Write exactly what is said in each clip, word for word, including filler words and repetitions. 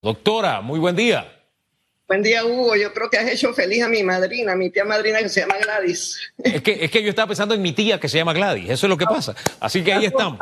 Doctora, muy buen día. Buen día, Hugo. Yo creo que has hecho feliz a mi madrina, mi tía madrina que se llama Gladys. Es que, es que yo estaba pensando en mi tía que se llama Gladys, eso es lo que pasa. Así que ahí estamos.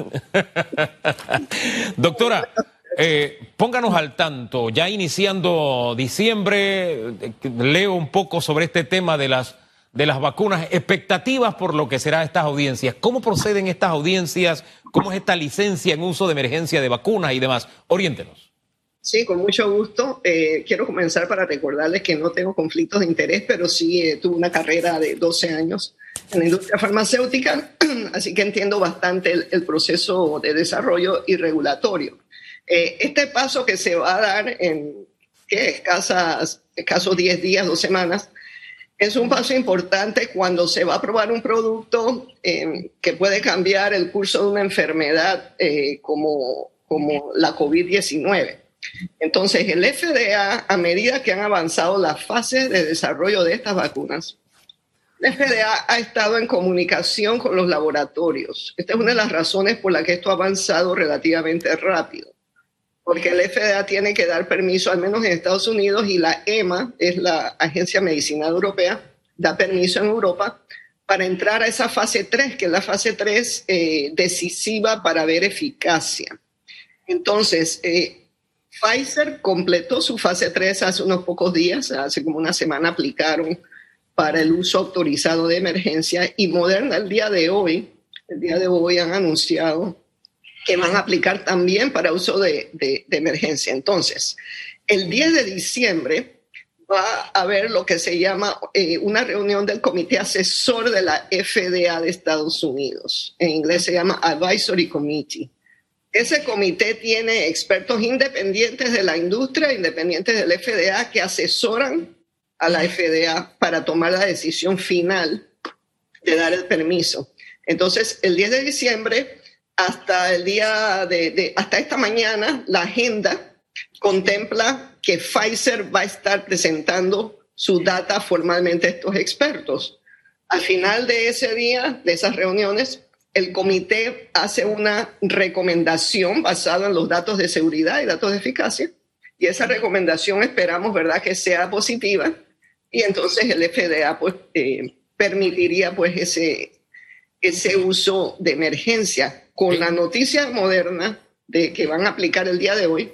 Doctora, eh, pónganos al tanto, ya iniciando diciembre, eh, leo un poco sobre este tema de las, de las vacunas, expectativas por lo que será estas audiencias. ¿Cómo proceden estas audiencias? ¿Cómo es esta licencia en uso de emergencia de vacunas y demás? Oriéntenos. Sí, con mucho gusto. Eh, quiero comenzar para recordarles que no tengo conflictos de interés, pero sí eh, tuve una carrera de doce años en la industria farmacéutica, así que entiendo bastante el, el proceso de desarrollo y regulatorio. Eh, este paso que se va a dar en ¿qué? Escasas, escasos diez días, dos semanas, es un paso importante cuando se va a aprobar un producto eh, que puede cambiar el curso de una enfermedad eh, como, como la COVID diecinueve. Entonces, el F D A, a medida que han avanzado las fases de desarrollo de estas vacunas, el F D A ha estado en comunicación con los laboratorios. Esta es una de las razones por las que esto ha avanzado relativamente rápido, porque el F D A tiene que dar permiso, al menos en Estados Unidos, y la E M A, es la Agencia Medicinal Europea, da permiso en Europa para entrar a esa fase tres, que es la fase tres eh, decisiva para ver eficacia. Entonces, eh, Pfizer completó su fase tres hace unos pocos días, hace como una semana aplicaron para el uso autorizado de emergencia, y Moderna el día de hoy, el día de hoy han anunciado que van a aplicar también para uso de, de, de emergencia. Entonces, el diez de diciembre va a haber lo que se llama eh, una reunión del Comité Asesor de la F D A de Estados Unidos. En inglés se llama Advisory Committee. Ese comité tiene expertos independientes de la industria, independientes del F D A, que asesoran a la F D A para tomar la decisión final de dar el permiso. Entonces, el diez de diciembre hasta el día de, de hasta esta mañana, la agenda contempla que Pfizer va a estar presentando su data formalmente a estos expertos. Al final de ese día, de esas reuniones, el comité hace una recomendación basada en los datos de seguridad y datos de eficacia, y esa recomendación esperamos, ¿verdad?, que sea positiva, y entonces el F D A pues, eh, permitiría pues, ese, ese uso de emergencia. Con la noticia Moderna de que van a aplicar el día de hoy,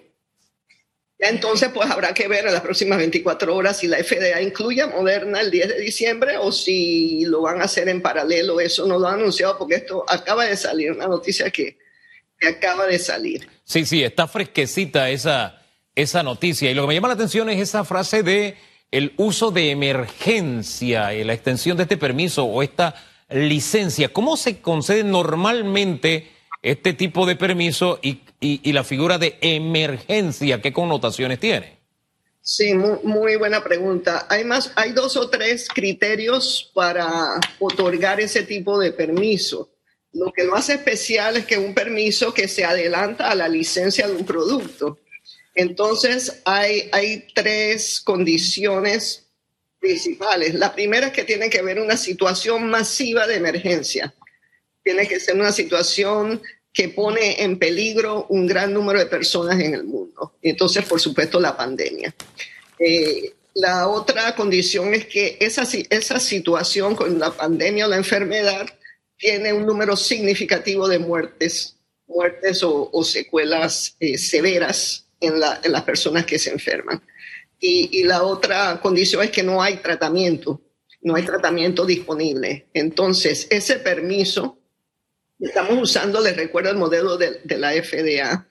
ya entonces pues habrá que ver en las próximas veinticuatro horas si la F D A incluye a Moderna el diez de diciembre o si lo van a hacer en paralelo. Eso no lo han anunciado porque esto acaba de salir, una noticia que, que acaba de salir. Sí, sí, está fresquecita esa, esa noticia. Y lo que me llama la atención es esa frase de el uso de emergencia, la extensión de este permiso o esta licencia. ¿Cómo se concede normalmente este tipo de permiso y, y, y la figura de emergencia? ¿Qué connotaciones tiene? Sí, muy, muy buena pregunta. Hay, más, hay dos o tres criterios para otorgar ese tipo de permiso. Lo que lo hace especial es que es un permiso que se adelanta a la licencia de un producto. Entonces, hay, hay tres condiciones principales. La primera es que tiene que haber una situación masiva de emergencia. Tiene que ser una situación que pone en peligro un gran número de personas en el mundo. Entonces, por supuesto, la pandemia. Eh, la otra condición es que esa, esa situación con la pandemia o la enfermedad tiene un número significativo de muertes, muertes o, o secuelas eh, severas en, la, en las personas que se enferman. Y, y la otra condición es que no hay tratamiento, no hay tratamiento disponible. Entonces, ese permiso, estamos usando, les recuerdo el modelo de, de la F D A,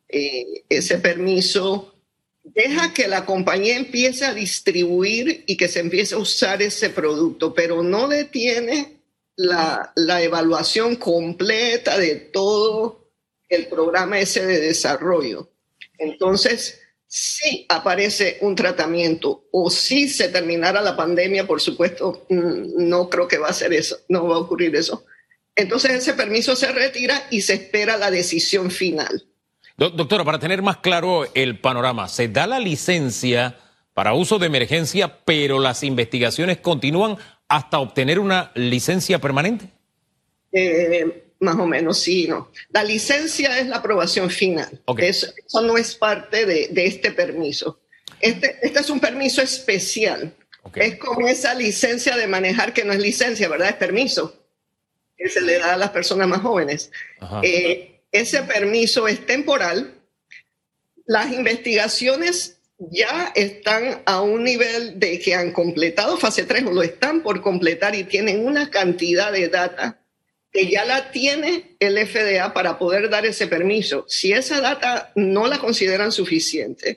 eh, ese permiso deja que la compañía empiece a distribuir y que se empiece a usar ese producto, pero no detiene la, la evaluación completa de todo el programa ese de desarrollo. Entonces, si aparece un tratamiento o si se terminara la pandemia, por supuesto, no creo que va a ser eso, no va a ocurrir eso. Entonces ese permiso se retira y se espera la decisión final. Doctora, para tener más claro el panorama, se da la licencia para uso de emergencia, pero las investigaciones continúan hasta obtener una licencia permanente. Eh, más o menos, sí, no. La licencia es la aprobación final. Okay. Eso, eso no es parte de, de este permiso. Este, este es un permiso especial. Okay. Es como esa licencia de manejar que no es licencia, ¿verdad? Es permiso que se le da a las personas más jóvenes. Eh, ese permiso es temporal. Las investigaciones ya están a un nivel de que han completado fase tres o lo están por completar y tienen una cantidad de data que ya la tiene el F D A para poder dar ese permiso. Si esa data no la consideran suficiente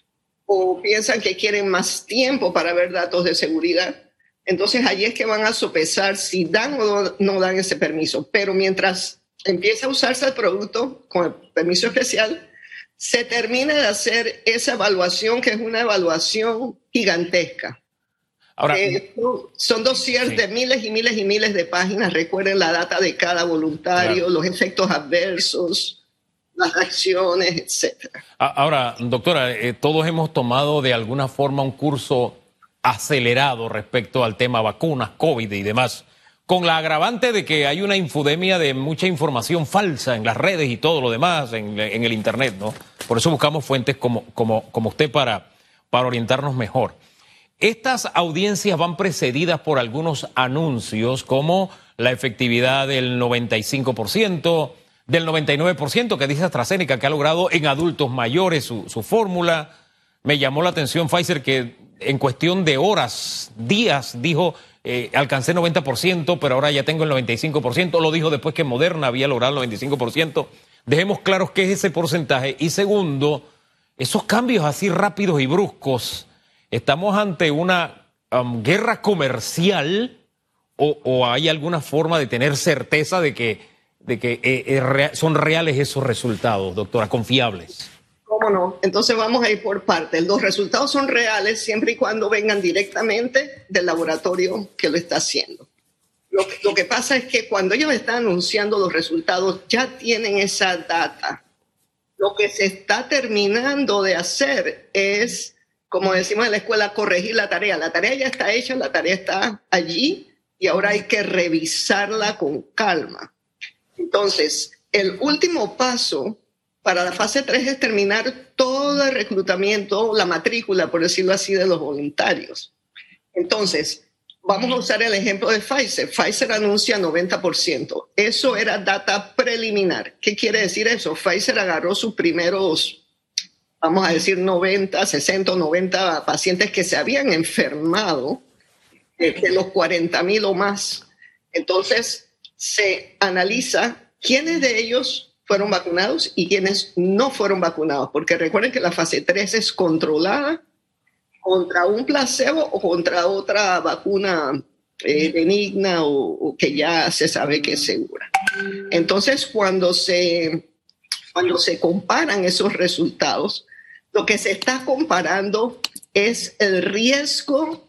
o piensan que quieren más tiempo para ver datos de seguridad, entonces allí es que van a sopesar si dan o no dan ese permiso. Pero mientras empieza a usarse el producto con el permiso especial, se termina de hacer esa evaluación, que es una evaluación gigantesca. Ahora, eh, son dossiers sí. de miles y miles y miles de páginas. Recuerden la data de cada voluntario, claro. los efectos adversos, las acciones, etcétera. Ahora, doctora, eh, todos hemos tomado de alguna forma un curso acelerado respecto al tema vacunas, COVID y demás, con la agravante de que hay una infodemia de mucha información falsa en las redes y todo lo demás, en, en el Internet, ¿no? Por eso buscamos fuentes como, como, como usted para, para orientarnos mejor. Estas audiencias van precedidas por algunos anuncios como la efectividad del noventa y cinco por ciento, del noventa y nueve por ciento que dice AstraZeneca que ha logrado en adultos mayores su, su fórmula. Me llamó la atención Pfizer que en cuestión de horas, días, dijo... Eh, alcancé noventa por ciento, pero ahora ya tengo el noventa y cinco por ciento. Lo dijo después que Moderna había logrado el noventa y cinco por ciento. Dejemos claros qué es ese porcentaje. Y segundo, esos cambios así rápidos y bruscos, ¿estamos ante una um, guerra comercial o, o hay alguna forma de tener certeza de que, de que eh, eh, rea- son reales esos resultados, doctora, confiables? ¿Cómo no? Entonces vamos a ir por partes. Los resultados son reales siempre y cuando vengan directamente del laboratorio que lo está haciendo. Lo que, lo que pasa es que cuando ellos están anunciando los resultados ya tienen esa data. Lo que se está terminando de hacer es, como decimos en la escuela, corregir la tarea. La tarea ya está hecha, la tarea está allí y ahora hay que revisarla con calma. Entonces, el último paso para la fase tres es terminar todo el reclutamiento, la matrícula, por decirlo así, de los voluntarios. Entonces, vamos a usar el ejemplo de Pfizer. Pfizer anuncia noventa por ciento. Eso era data preliminar. ¿Qué quiere decir eso? Pfizer agarró sus primeros, vamos a decir, noventa, sesenta, noventa pacientes que se habían enfermado, de, de los cuarenta mil o más. Entonces, se analiza quiénes de ellos fueron vacunados y quienes no fueron vacunados, porque recuerden que la fase tres es controlada contra un placebo o contra otra vacuna eh, benigna o, o que ya se sabe que es segura. Entonces, cuando se, cuando se comparan esos resultados, lo que se está comparando es el riesgo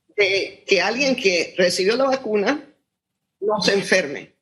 de que alguien que recibió la vacuna no se enferme.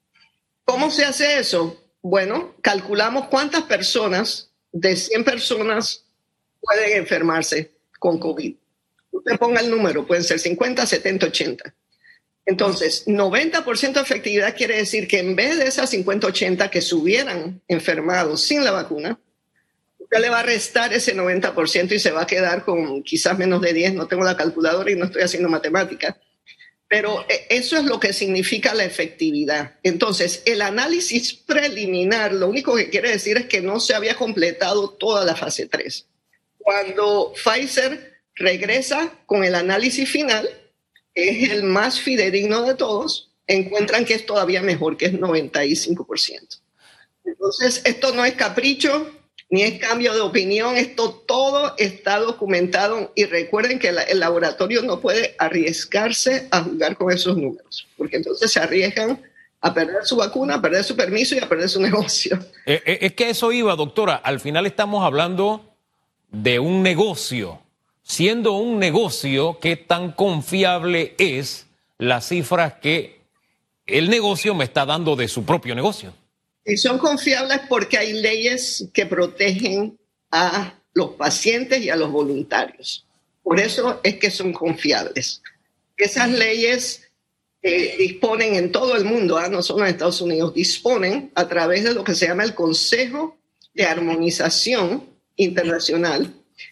¿Cómo se hace eso? Bueno, calculamos cuántas personas de cien personas pueden enfermarse con COVID. Usted ponga el número, pueden ser cincuenta, setenta, ochenta. Entonces, noventa por ciento de efectividad quiere decir que en vez de esas cincuenta, ochenta que se hubieran enfermado sin la vacuna, usted le va a restar ese noventa por ciento y se va a quedar con quizás menos de diez. No tengo la calculadora y no estoy haciendo matemática. Pero eso es lo que significa la efectividad. Entonces, el análisis preliminar lo único que quiere decir es que no se había completado toda la fase tres. Cuando Pfizer regresa con el análisis final, que es el más fidedigno de todos, encuentran que es todavía mejor, que es noventa y cinco por ciento. Entonces, esto no es capricho, ni es cambio de opinión, esto todo está documentado y recuerden que la, el laboratorio no puede arriesgarse a jugar con esos números, porque entonces se arriesgan a perder su vacuna, a perder su permiso y a perder su negocio. Eh, eh, es que eso iba, doctora, al final estamos hablando de un negocio. Siendo un negocio, ¿qué tan confiable es las cifras que el negocio me está dando de su propio negocio? Y son confiables porque hay leyes que protegen a los pacientes y a los voluntarios. Por eso es que son confiables. Esas leyes eh, disponen en todo el mundo, ¿eh? No solo en Estados Unidos, disponen a través de lo que se llama el Consejo de Armonización Internacional.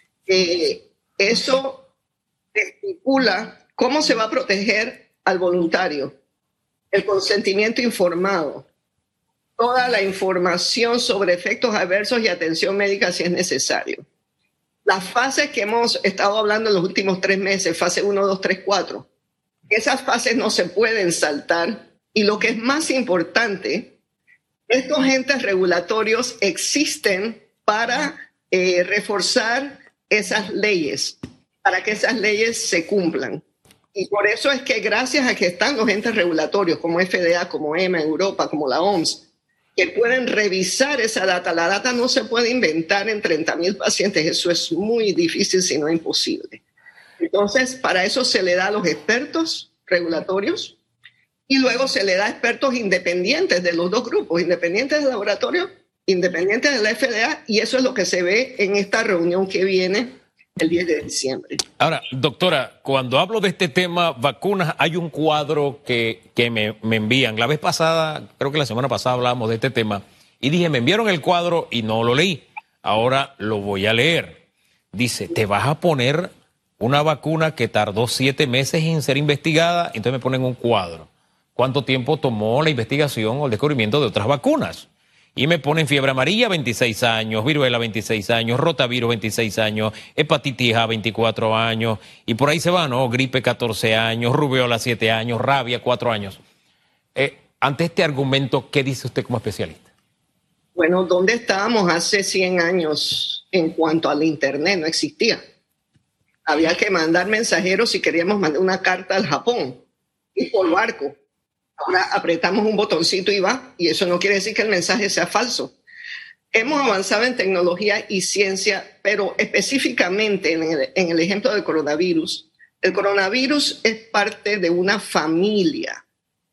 Eh, eso estipula cómo se va a proteger al voluntario, el consentimiento informado, toda la información sobre efectos adversos y atención médica si es necesario. Las fases que hemos estado hablando en los últimos tres meses, fase uno, dos, tres, cuatro, esas fases no se pueden saltar. Y lo que es más importante, estos entes regulatorios existen para eh, reforzar esas leyes, para que esas leyes se cumplan. Y por eso es que gracias a que están los entes regulatorios como F D A, como E M A en Europa, como la O M S, que pueden revisar esa data. La data no se puede inventar en treinta mil pacientes. Eso es muy difícil, si no imposible. Entonces, para eso se le da a los expertos regulatorios y luego se le da a expertos independientes de los dos grupos, independientes del laboratorio, independientes de la F D A, y eso es lo que se ve en esta reunión que viene el diez de diciembre. Ahora, doctora, cuando hablo de este tema, vacunas, hay un cuadro que, que me, me envían. La vez pasada, creo que la semana pasada hablábamos de este tema, y dije, me enviaron el cuadro y no lo leí. Ahora lo voy a leer. Dice, te vas a poner una vacuna que tardó siete meses en ser investigada, entonces me ponen un cuadro. ¿Cuánto tiempo tomó la investigación o el descubrimiento de otras vacunas? Y me ponen fiebre amarilla, veintiséis años, viruela, veintiséis años, rotavirus, veintiséis años, hepatitis A, veinticuatro años, y por ahí se va, ¿no? Gripe, catorce años, rubiola, siete años, rabia, cuatro años. Eh, ante este argumento, ¿qué dice usted como especialista? Bueno, ¿dónde estábamos hace cien años en cuanto al Internet? No existía. Había que mandar mensajeros si queríamos mandar una carta al Japón, y por barco. Ahora apretamos un botoncito y va, y eso no quiere decir que el mensaje sea falso. Hemos avanzado en tecnología y ciencia, pero específicamente en el, en el ejemplo del coronavirus. El coronavirus es parte de una familia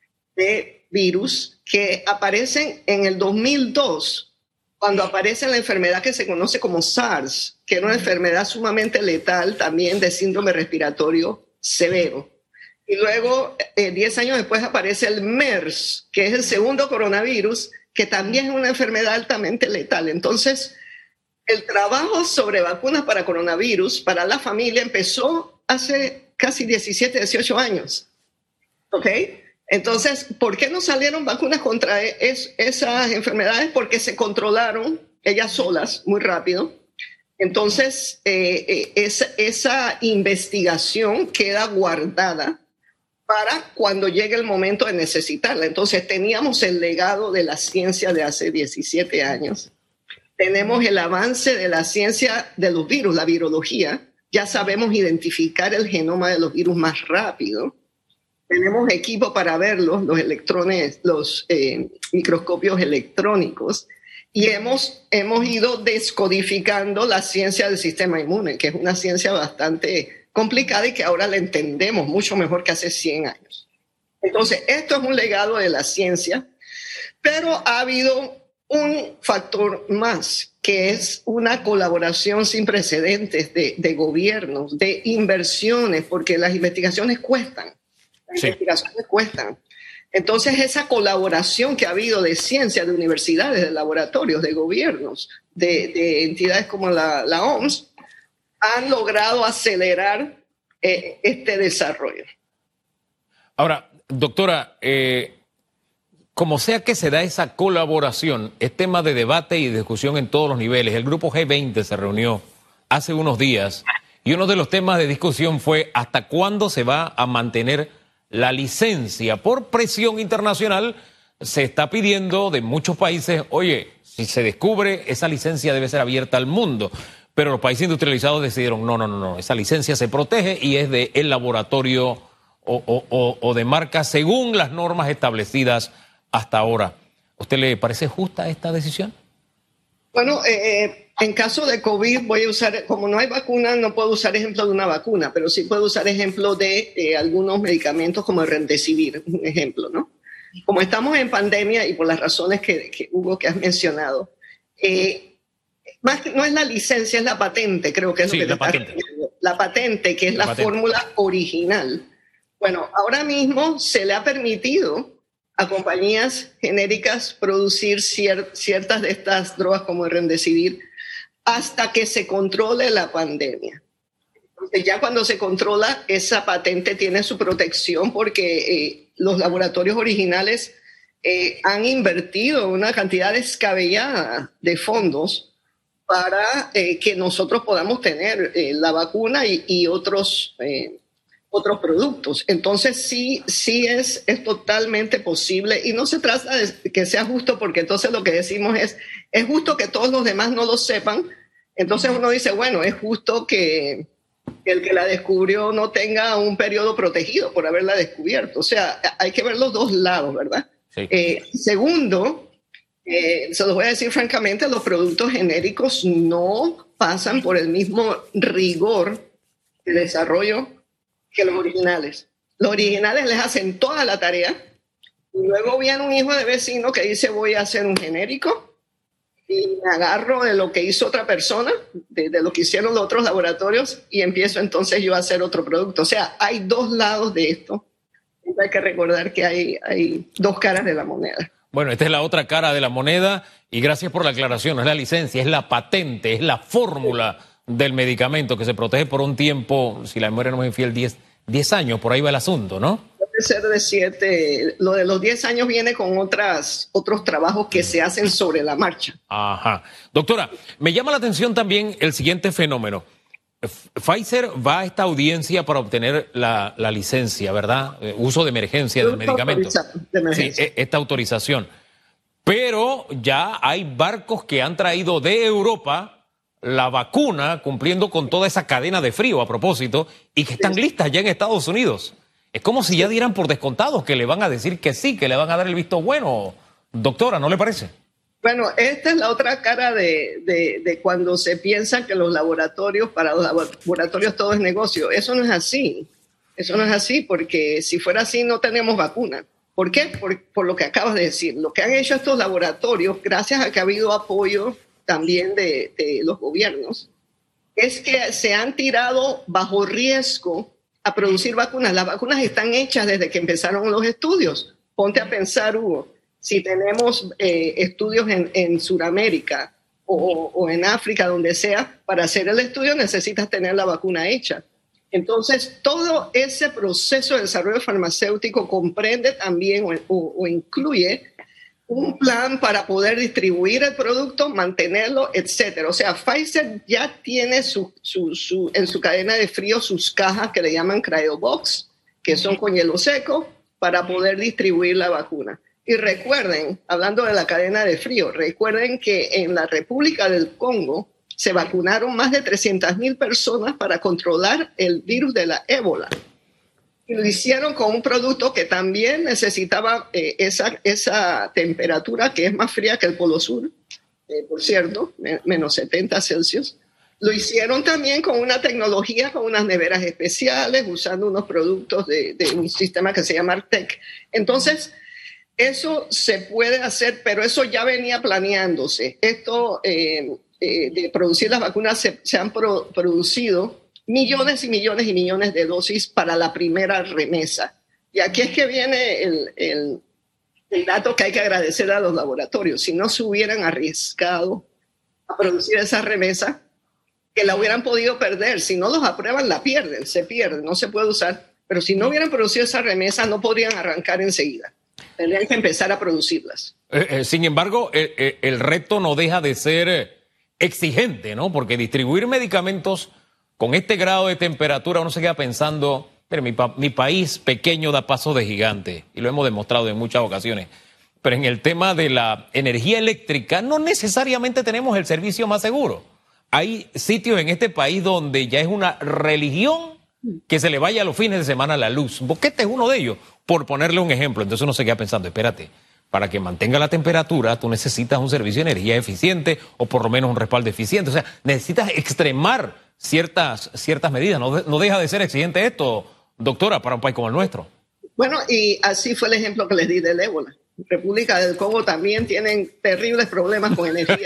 de virus que aparecen en el dos mil dos, cuando aparece la enfermedad que se conoce como SARS, que era una enfermedad sumamente letal también de síndrome respiratorio severo. Y luego, eh, diez años después, aparece el MERS, que es el segundo coronavirus, que también es una enfermedad altamente letal. Entonces, el trabajo sobre vacunas para coronavirus, para la familia, empezó hace casi diecisiete, dieciocho años. ¿Ok? Entonces, ¿por qué no salieron vacunas contra es, esas enfermedades? Porque se controlaron ellas solas muy rápido. Entonces, eh, eh, esa, esa investigación queda guardada para cuando llegue el momento de necesitarla. Entonces teníamos el legado de la ciencia de hace diecisiete años. Tenemos el avance de la ciencia de los virus, la virología. Ya sabemos identificar el genoma de los virus más rápido. Tenemos equipo para verlos, los electrones, los eh, microscopios electrónicos. Y hemos, hemos ido descodificando la ciencia del sistema inmune, que es una ciencia bastante complicada y que ahora la entendemos mucho mejor que hace cien años. Entonces, esto es un legado de la ciencia, pero ha habido un factor más, que es una colaboración sin precedentes de, de gobiernos, de inversiones, porque las investigaciones cuestan. Las sí. investigaciones cuestan. Entonces, esa colaboración que ha habido de ciencia, de universidades, de laboratorios, de gobiernos, de, de entidades como la, la O M S, han logrado acelerar eh, este desarrollo. Ahora, doctora, eh, como sea que se da esa colaboración, es tema de debate y discusión en todos los niveles. El grupo G veinte se reunió hace unos días y uno de los temas de discusión fue hasta cuándo se va a mantener la licencia. Por presión internacional se está pidiendo de muchos países, oye, si se descubre, esa licencia debe ser abierta al mundo. Pero los países industrializados decidieron, no, no, no, no, esa licencia se protege y es de el laboratorio o, o, o, o de marca según las normas establecidas hasta ahora. ¿Usted le parece justa esta decisión? Bueno, eh, en caso de COVID voy a usar, como no hay vacuna, no puedo usar ejemplo de una vacuna, pero sí puedo usar ejemplo de eh, algunos medicamentos como el Remdesivir, un ejemplo, ¿no? Como estamos en pandemia y por las razones que, que Hugo, que has mencionado, eh, más que, no es la licencia, es la patente, creo que es sí, lo que la te está patente. refiriendo. La patente, que es la, la fórmula original, Bueno, ahora mismo se le ha permitido a compañías genéricas producir cier ciertas de estas drogas como el Remdesivir hasta que se controle la pandemia. Entonces, ya cuando se controla, esa patente tiene su protección porque eh, los laboratorios originales eh, han invertido una cantidad descabellada de fondos para eh, que nosotros podamos tener eh, la vacuna y, y otros, eh, otros productos. Entonces sí, sí es, es totalmente posible y no se trata de que sea justo porque entonces lo que decimos es, es justo que todos los demás no lo sepan. Entonces uno dice, bueno, es justo que el que la descubrió no tenga un periodo protegido por haberla descubierto. O sea, hay que ver los dos lados, ¿verdad? Sí. Eh, segundo, eh, se los voy a decir francamente, los productos genéricos no pasan por el mismo rigor de desarrollo que los originales. Los originales les hacen toda la tarea y luego viene un hijo de vecino que dice voy a hacer un genérico y me agarro de lo que hizo otra persona, de, de lo que hicieron los otros laboratorios y empiezo entonces yo a hacer otro producto. O sea, hay dos lados de esto. Hay que recordar que hay, hay dos caras de la moneda. Bueno, esta es la otra cara de la moneda y gracias por la aclaración. No es la licencia, es la patente, es la fórmula del medicamento que se protege por un tiempo, si la memoria no me es infiel, diez años, por ahí va el asunto, ¿no? Puede ser de siete. Lo de los diez años viene con otras, otros trabajos que se hacen sobre la marcha. Ajá. Doctora, me llama la atención también el siguiente fenómeno. Pfizer va a esta audiencia para obtener la, la licencia, ¿verdad? Eh, uso de emergencia del medicamento. De emergencia. Sí, esta autorización. Pero ya hay barcos que han traído de Europa la vacuna, cumpliendo con toda esa cadena de frío a propósito, y que están listas ya en Estados Unidos. Es como si ya dieran por descontados que le van a decir que sí, que le van a dar el visto bueno. Doctora, ¿no le parece? Bueno, esta es la otra cara de, de, de cuando se piensa que los laboratorios, para los laboratorios todo es negocio. Eso no es así. Eso no es así porque si fuera así no tenemos vacuna. ¿Por qué? Por, por lo que acabas de decir. Lo que han hecho estos laboratorios, gracias a que ha habido apoyo también de, de los gobiernos, es que se han tirado bajo riesgo a producir vacunas. Las vacunas están hechas desde que empezaron los estudios. Ponte a pensar, Hugo. Si tenemos eh, estudios en, en Sudamérica o, o en África, donde sea, para hacer el estudio necesitas tener la vacuna hecha. Entonces, todo ese proceso de desarrollo farmacéutico comprende también o, o, o incluye un plan para poder distribuir el producto, mantenerlo, etcétera. O sea, Pfizer ya tiene su, su, su, en su cadena de frío sus cajas que le llaman cryobox, que son con hielo seco, para poder distribuir la vacuna. Y recuerden, hablando de la cadena de frío, recuerden que en la República del Congo se vacunaron más de trescientas mil personas para controlar el virus de la ébola. Y lo hicieron con un producto que también necesitaba eh, esa, esa temperatura que es más fría que el Polo Sur, eh, por cierto, menos setenta Celsius. Lo hicieron también con una tecnología, con unas neveras especiales, usando unos productos de, de un sistema que se llama Artec. Entonces, eso se puede hacer, pero eso ya venía planeándose. Esto eh, eh, de producir las vacunas se, se han pro, producido millones y millones y millones de dosis para la primera remesa. Y aquí es que viene el, el, el dato que hay que agradecer a los laboratorios. Si no se hubieran arriesgado a producir esa remesa, que la hubieran podido perder. Si no los aprueban, la pierden, se pierde, no se puede usar. Pero si no hubieran producido esa remesa, no podrían arrancar enseguida. Tendrían que empezar a producirlas. Eh, eh, sin embargo, el, el, el reto no deja de ser exigente, ¿no? Porque distribuir medicamentos con este grado de temperatura, uno se queda pensando, pero mi, pa mi país pequeño da pasos de gigante, y lo hemos demostrado en muchas ocasiones. Pero en el tema de la energía eléctrica, no necesariamente tenemos el servicio más seguro. Hay sitios en este país donde ya es una religión que se le vaya a los fines de semana la luz. Boquete es uno de ellos, por ponerle un ejemplo. Entonces uno se queda pensando, espérate, para que mantenga la temperatura, tú necesitas un servicio de energía eficiente o por lo menos un respaldo eficiente. O sea, necesitas extremar ciertas, ciertas medidas. No, no deja de ser exigente esto, doctora, para un país como el nuestro. Bueno, y así fue el ejemplo que les di del ébola. República del Congo también tienen terribles problemas con energía.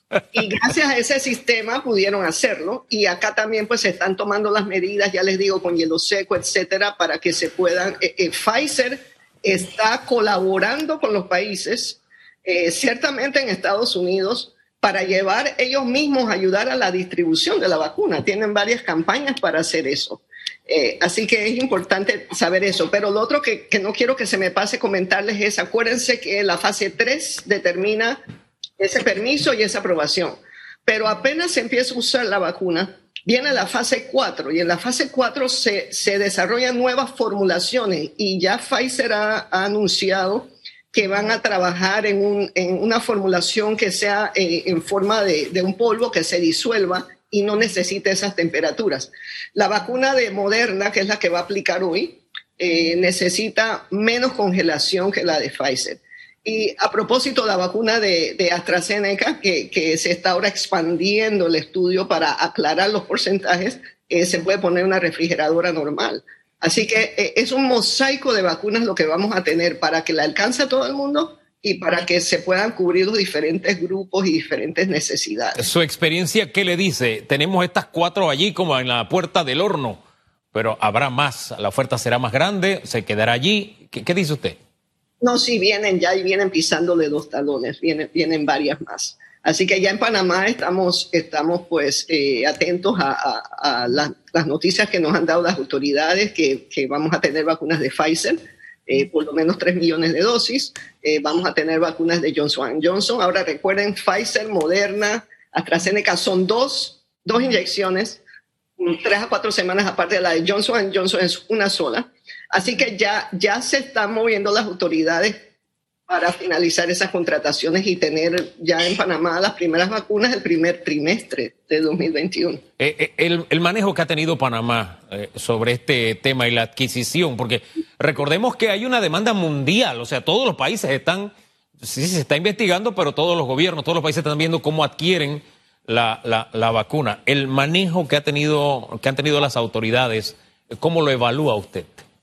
Y gracias a ese sistema pudieron hacerlo. Y acá también pues se están tomando las medidas, ya les digo, con hielo seco, etcétera, para que se puedan... Eh, eh, Pfizer está colaborando con los países, eh, ciertamente en Estados Unidos, para llevar ellos mismos a ayudar a la distribución de la vacuna. Tienen varias campañas para hacer eso. Eh, así que es importante saber eso. Pero lo otro que, que no quiero que se me pase comentarles es, acuérdense que la fase tres determina ese permiso y esa aprobación. Pero apenas se empieza a usar la vacuna, viene la fase cuatro y en la fase cuatro se, se desarrollan nuevas formulaciones y ya Pfizer ha, ha anunciado que van a trabajar en, un, en una formulación que sea eh, en forma de, de un polvo que se disuelva y no necesite esas temperaturas. La vacuna de Moderna, que es la que va a aplicar hoy, eh, necesita menos congelación que la de Pfizer. Y a propósito de la vacuna de, de AstraZeneca, que, que se está ahora expandiendo el estudio para aclarar los porcentajes, eh, se puede poner una refrigeradora normal. Así que eh, es un mosaico de vacunas lo que vamos a tener para que la alcance a todo el mundo y para que se puedan cubrir los diferentes grupos y diferentes necesidades. Su experiencia, ¿qué le dice? Tenemos estas cuatro allí como en la puerta del horno, pero habrá más, la oferta será más grande, se quedará allí. ¿Qué, qué dice usted? No, sí, vienen ya y vienen pisándole dos talones, vienen, vienen varias más. Así que ya en Panamá estamos, estamos pues eh, atentos a, a, a la, las noticias que nos han dado las autoridades, que, que vamos a tener vacunas de Pfizer, eh, por lo menos tres millones de dosis, eh, vamos a tener vacunas de Johnson and Johnson. Ahora recuerden, Pfizer, Moderna, AstraZeneca son dos, dos inyecciones, tres a cuatro semanas aparte de la de Johnson and Johnson es una sola. Así que ya, ya se están moviendo las autoridades para finalizar esas contrataciones y tener ya en Panamá las primeras vacunas el primer trimestre de dos mil veintiuno. Eh, el, el manejo que ha tenido Panamá eh, sobre este tema y la adquisición, porque recordemos que hay una demanda mundial, o sea, todos los países están, sí se está investigando, pero todos los gobiernos, todos los países están viendo cómo adquieren la, la, la vacuna. El manejo que, ha tenido, que han tenido las autoridades, ¿cómo lo evalúa usted?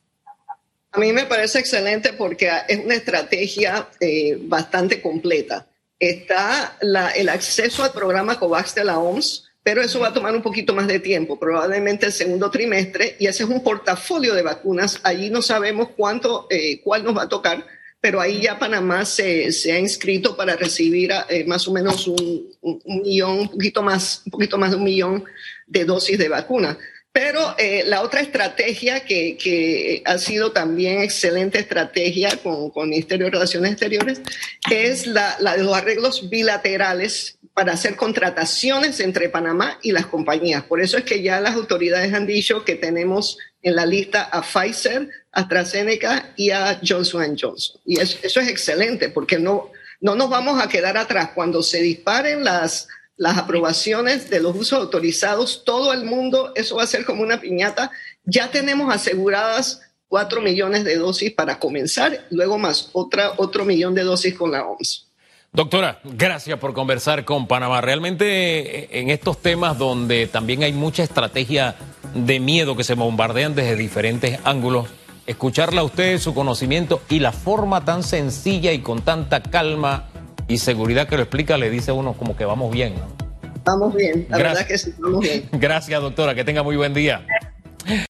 A mí me parece excelente porque es una estrategia eh, bastante completa. Está la, el acceso al programa COVAX de la O M S, pero eso va a tomar un poquito más de tiempo, probablemente el segundo trimestre, y ese es un portafolio de vacunas. Allí no sabemos cuánto, eh, cuál nos va a tocar, pero ahí ya Panamá se, se ha inscrito para recibir eh, más o menos un, un, un millón, un poquito más, un poquito más de un millón de dosis de vacuna. Pero eh, la otra estrategia que, que ha sido también excelente estrategia con, con el Ministerio de Relaciones Exteriores es la, la de los arreglos bilaterales para hacer contrataciones entre Panamá y las compañías. Por eso es que ya las autoridades han dicho que tenemos en la lista a Pfizer, AstraZeneca y a Johnson and Johnson. Y eso, eso es excelente porque no, no nos vamos a quedar atrás. Cuando se disparen las... las aprobaciones de los usos autorizados, todo el mundo, eso va a ser como una piñata. Ya tenemos aseguradas cuatro millones de dosis para comenzar, luego más otra, otro millón de dosis con la O M S. Doctora, gracias por conversar con Panamá. Realmente en estos temas donde también hay mucha estrategia de miedo que se bombardean desde diferentes ángulos, escucharla a usted, su conocimiento y la forma tan sencilla y con tanta calma y seguridad que lo explica, le dice a uno como que vamos bien, ¿no? Vamos bien, la Gracias. verdad que sí, vamos bien. Gracias, doctora, que tenga muy buen día.